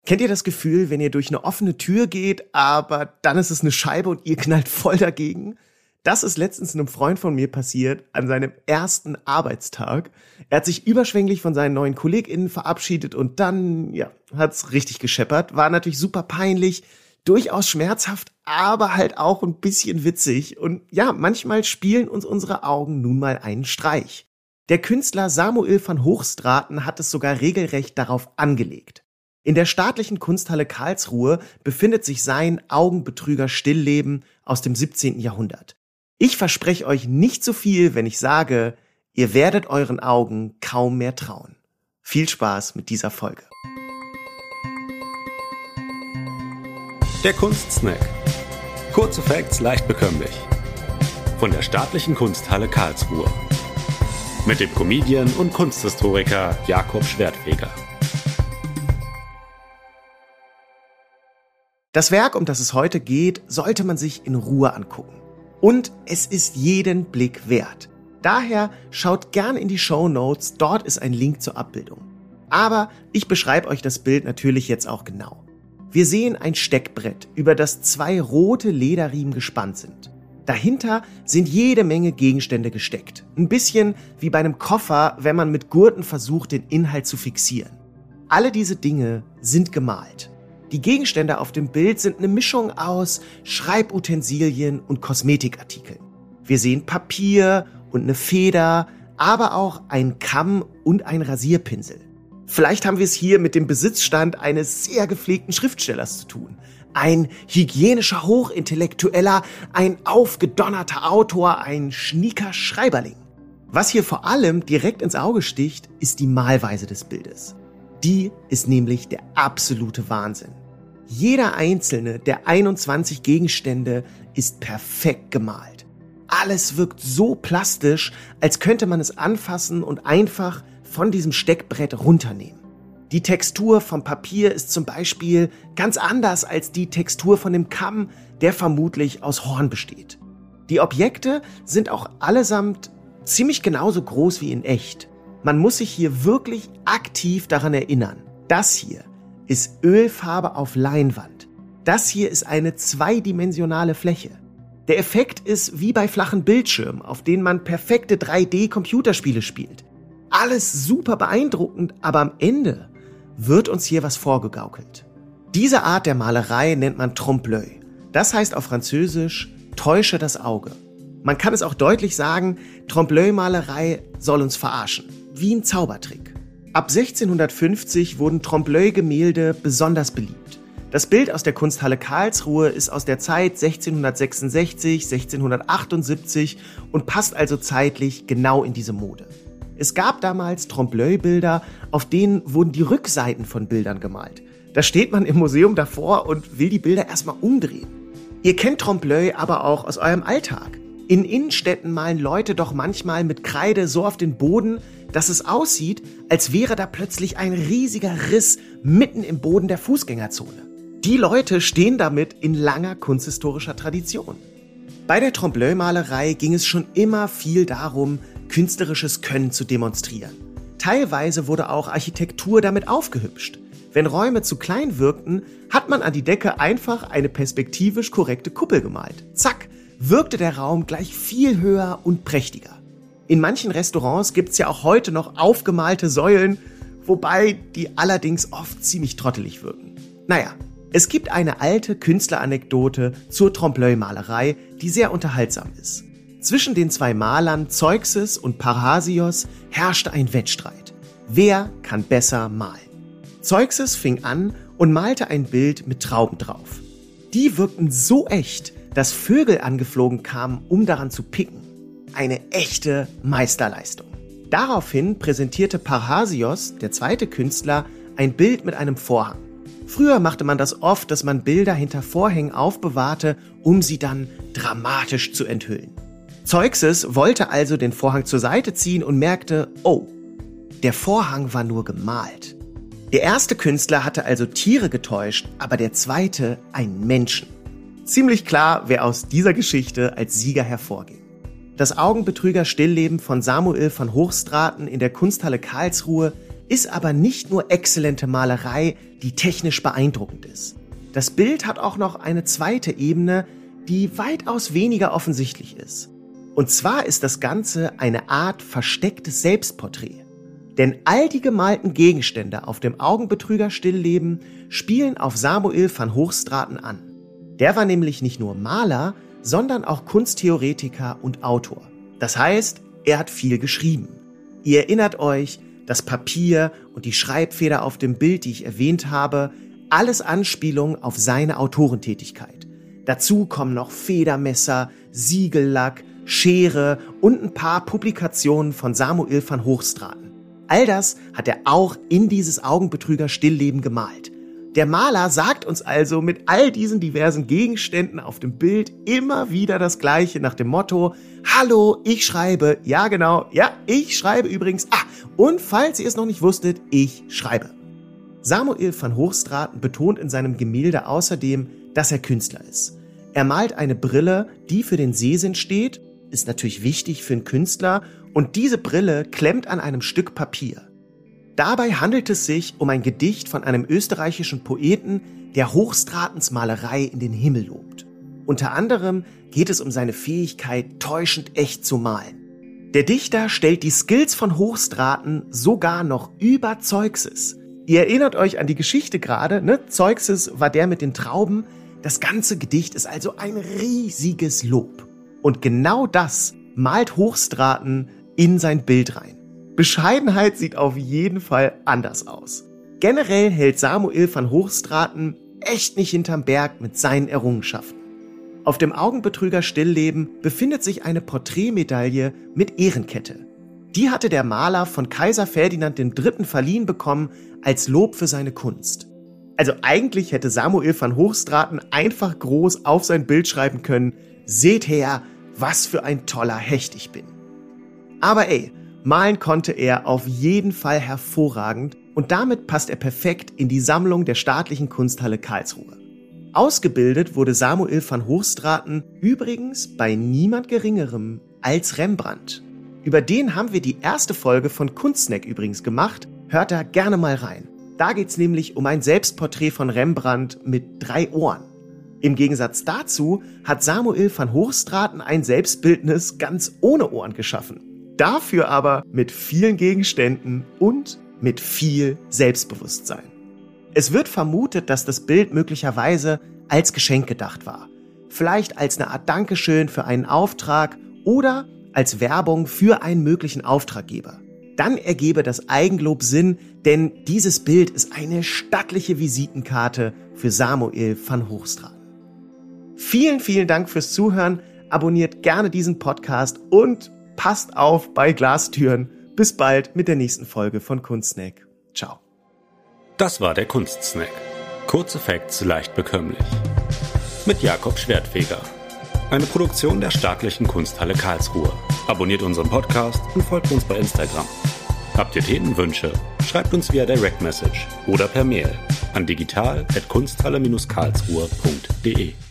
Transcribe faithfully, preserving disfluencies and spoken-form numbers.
Kennt ihr das Gefühl, wenn ihr durch eine offene Tür geht, aber dann ist es eine Scheibe und ihr knallt voll dagegen? Das ist letztens einem Freund von mir passiert an seinem ersten Arbeitstag. Er hat sich überschwänglich von seinen neuen KollegInnen verabschiedet und dann, ja, hat's richtig gescheppert. War natürlich super peinlich, durchaus schmerzhaft, aber halt auch ein bisschen witzig. Und ja, manchmal spielen uns unsere Augen nun mal einen Streich. Der Künstler Samuel van Hoogstraten hat es sogar regelrecht darauf angelegt. In der Staatlichen Kunsthalle Karlsruhe befindet sich sein Augenbetrüger-Stillleben aus dem siebzehnten Jahrhundert. Ich verspreche euch nicht so viel, wenn ich sage, ihr werdet euren Augen kaum mehr trauen. Viel Spaß mit dieser Folge. Der Kunstsnack. Kurze Facts leicht bekömmlich. Von der Staatlichen Kunsthalle Karlsruhe. Mit dem Comedian und Kunsthistoriker Jakob Schwertfeger. Das Werk, um das es heute geht, sollte man sich in Ruhe angucken. Und es ist jeden Blick wert. Daher schaut gern in die Shownotes, dort ist ein Link zur Abbildung. Aber ich beschreibe euch das Bild natürlich jetzt auch genau. Wir sehen ein Steckbrett, über das zwei rote Lederriemen gespannt sind. Dahinter sind jede Menge Gegenstände gesteckt. Ein bisschen wie bei einem Koffer, wenn man mit Gurten versucht, den Inhalt zu fixieren. Alle diese Dinge sind gemalt. Die Gegenstände auf dem Bild sind eine Mischung aus Schreibutensilien und Kosmetikartikeln. Wir sehen Papier und eine Feder, aber auch einen Kamm und einen Rasierpinsel. Vielleicht haben wir es hier mit dem Besitzstand eines sehr gepflegten Schriftstellers zu tun. Ein hygienischer Hochintellektueller, ein aufgedonnerter Autor, ein schnieker Schreiberling. Was hier vor allem direkt ins Auge sticht, ist die Malweise des Bildes. Die ist nämlich der absolute Wahnsinn. Jeder einzelne der einundzwanzig Gegenstände ist perfekt gemalt. Alles wirkt so plastisch, als könnte man es anfassen und einfach von diesem Steckbrett runternehmen. Die Textur vom Papier ist zum Beispiel ganz anders als die Textur von dem Kamm, der vermutlich aus Horn besteht. Die Objekte sind auch allesamt ziemlich genauso groß wie in echt. Man muss sich hier wirklich aktiv daran erinnern. Das hier ist Ölfarbe auf Leinwand. Das hier ist eine zweidimensionale Fläche. Der Effekt ist wie bei flachen Bildschirmen, auf denen man perfekte drei D-Computerspiele spielt. Alles super beeindruckend, aber am Ende wird uns hier was vorgegaukelt. Diese Art der Malerei nennt man Trompe-l'œil. Das heißt auf Französisch, täusche das Auge. Man kann es auch deutlich sagen, Trompe-l'œil-Malerei soll uns verarschen. Wie ein Zaubertrick. Ab sechzehnhundertfünfzig wurden Trompe-l'œil-Gemälde besonders beliebt. Das Bild aus der Kunsthalle Karlsruhe ist aus der Zeit sechzehnhundertsechsundsechzig, sechzehnhundertachtundsiebzig und passt also zeitlich genau in diese Mode. Es gab damals Trompe-l'œil-Bilder, auf denen wurden die Rückseiten von Bildern gemalt. Da steht man im Museum davor und will die Bilder erstmal umdrehen. Ihr kennt Trompe-l'œil aber auch aus eurem Alltag. In Innenstädten malen Leute doch manchmal mit Kreide so auf den Boden, dass es aussieht, als wäre da plötzlich ein riesiger Riss mitten im Boden der Fußgängerzone. Die Leute stehen damit in langer kunsthistorischer Tradition. Bei der Trompe-l'œil-Malerei ging es schon immer viel darum, künstlerisches Können zu demonstrieren. Teilweise wurde auch Architektur damit aufgehübscht. Wenn Räume zu klein wirkten, hat man an die Decke einfach eine perspektivisch korrekte Kuppel gemalt. Zack, wirkte der Raum gleich viel höher und prächtiger. In manchen Restaurants gibt's ja auch heute noch aufgemalte Säulen, wobei die allerdings oft ziemlich trottelig wirken. Naja, es gibt eine alte Künstleranekdote zur Trompe-l'œil-Malerei, die sehr unterhaltsam ist. Zwischen den zwei Malern Zeuxis und Parrhasios herrschte ein Wettstreit. Wer kann besser malen? Zeuxis fing an und malte ein Bild mit Trauben drauf. Die wirkten so echt, dass Vögel angeflogen kamen, um daran zu picken. Eine echte Meisterleistung. Daraufhin präsentierte Parrhasios, der zweite Künstler, ein Bild mit einem Vorhang. Früher machte man das oft, dass man Bilder hinter Vorhängen aufbewahrte, um sie dann dramatisch zu enthüllen. Zeuxis wollte also den Vorhang zur Seite ziehen und merkte, oh, der Vorhang war nur gemalt. Der erste Künstler hatte also Tiere getäuscht, aber der zweite einen Menschen. Ziemlich klar, wer aus dieser Geschichte als Sieger hervorging. Das Augenbetrüger-Stillleben von Samuel van Hoogstraten in der Kunsthalle Karlsruhe ist aber nicht nur exzellente Malerei, die technisch beeindruckend ist. Das Bild hat auch noch eine zweite Ebene, die weitaus weniger offensichtlich ist. Und zwar ist das Ganze eine Art verstecktes Selbstporträt. Denn all die gemalten Gegenstände auf dem Augenbetrüger Stillleben spielen auf Samuel van Hoogstraten an. Der war nämlich nicht nur Maler, sondern auch Kunsttheoretiker und Autor. Das heißt, er hat viel geschrieben. Ihr erinnert euch, das Papier und die Schreibfeder auf dem Bild, die ich erwähnt habe, alles Anspielungen auf seine Autorentätigkeit. Dazu kommen noch Federmesser, Siegellack, Schere und ein paar Publikationen von Samuel van Hoogstraten. All das hat er auch in dieses Augenbetrüger Stillleben gemalt. Der Maler sagt uns also mit all diesen diversen Gegenständen auf dem Bild immer wieder das Gleiche nach dem Motto: Hallo, ich schreibe. Ja, genau. Ja, ich schreibe übrigens. Ah, und falls ihr es noch nicht wusstet, ich schreibe. Samuel van Hoogstraten betont in seinem Gemälde außerdem, dass er Künstler ist. Er malt eine Brille, die für den Sehsinn steht, ist natürlich wichtig für einen Künstler, und diese Brille klemmt an einem Stück Papier. Dabei handelt es sich um ein Gedicht von einem österreichischen Poeten, der Hoogstratens Malerei in den Himmel lobt. Unter anderem geht es um seine Fähigkeit, täuschend echt zu malen. Der Dichter stellt die Skills von Hoogstraten sogar noch über Zeuxis. Ihr erinnert euch an die Geschichte gerade, ne? Zeuxis war der mit den Trauben. Das ganze Gedicht ist also ein riesiges Lob. Und genau das malt Hoogstraten in sein Bild rein. Bescheidenheit sieht auf jeden Fall anders aus. Generell hält Samuel van Hoogstraten echt nicht hinterm Berg mit seinen Errungenschaften. Auf dem Augenbetrüger Stillleben befindet sich eine Porträtmedaille mit Ehrenkette. Die hatte der Maler von Kaiser Ferdinand der Dritte verliehen bekommen als Lob für seine Kunst. Also eigentlich hätte Samuel van Hoogstraten einfach groß auf sein Bild schreiben können: Seht her, was für ein toller Hecht ich bin. Aber ey, malen konnte er auf jeden Fall hervorragend und damit passt er perfekt in die Sammlung der Staatlichen Kunsthalle Karlsruhe. Ausgebildet wurde Samuel van Hoogstraten übrigens bei niemand Geringerem als Rembrandt. Über den haben wir die erste Folge von Kunstsnack übrigens gemacht, hört da gerne mal rein. Da geht's nämlich um ein Selbstporträt von Rembrandt mit drei Ohren. Im Gegensatz dazu hat Samuel van Hoogstraten ein Selbstbildnis ganz ohne Ohren geschaffen. Dafür aber mit vielen Gegenständen und mit viel Selbstbewusstsein. Es wird vermutet, dass das Bild möglicherweise als Geschenk gedacht war. Vielleicht als eine Art Dankeschön für einen Auftrag oder als Werbung für einen möglichen Auftraggeber. Dann ergebe das Eigenlob Sinn, denn dieses Bild ist eine stattliche Visitenkarte für Samuel van Hoogstraten. Vielen, vielen Dank fürs Zuhören. Abonniert gerne diesen Podcast und passt auf bei Glastüren. Bis bald mit der nächsten Folge von Kunstsnack. Ciao. Das war der Kunstsnack. Kurze Facts leicht bekömmlich. Mit Jakob Schwertfeger. Eine Produktion der Staatlichen Kunsthalle Karlsruhe. Abonniert unseren Podcast und folgt uns bei Instagram. Habt ihr Themenwünsche? Schreibt uns via Direct Message oder per Mail an digital at kunsthalle Bindestrich karlsruhe punkt de.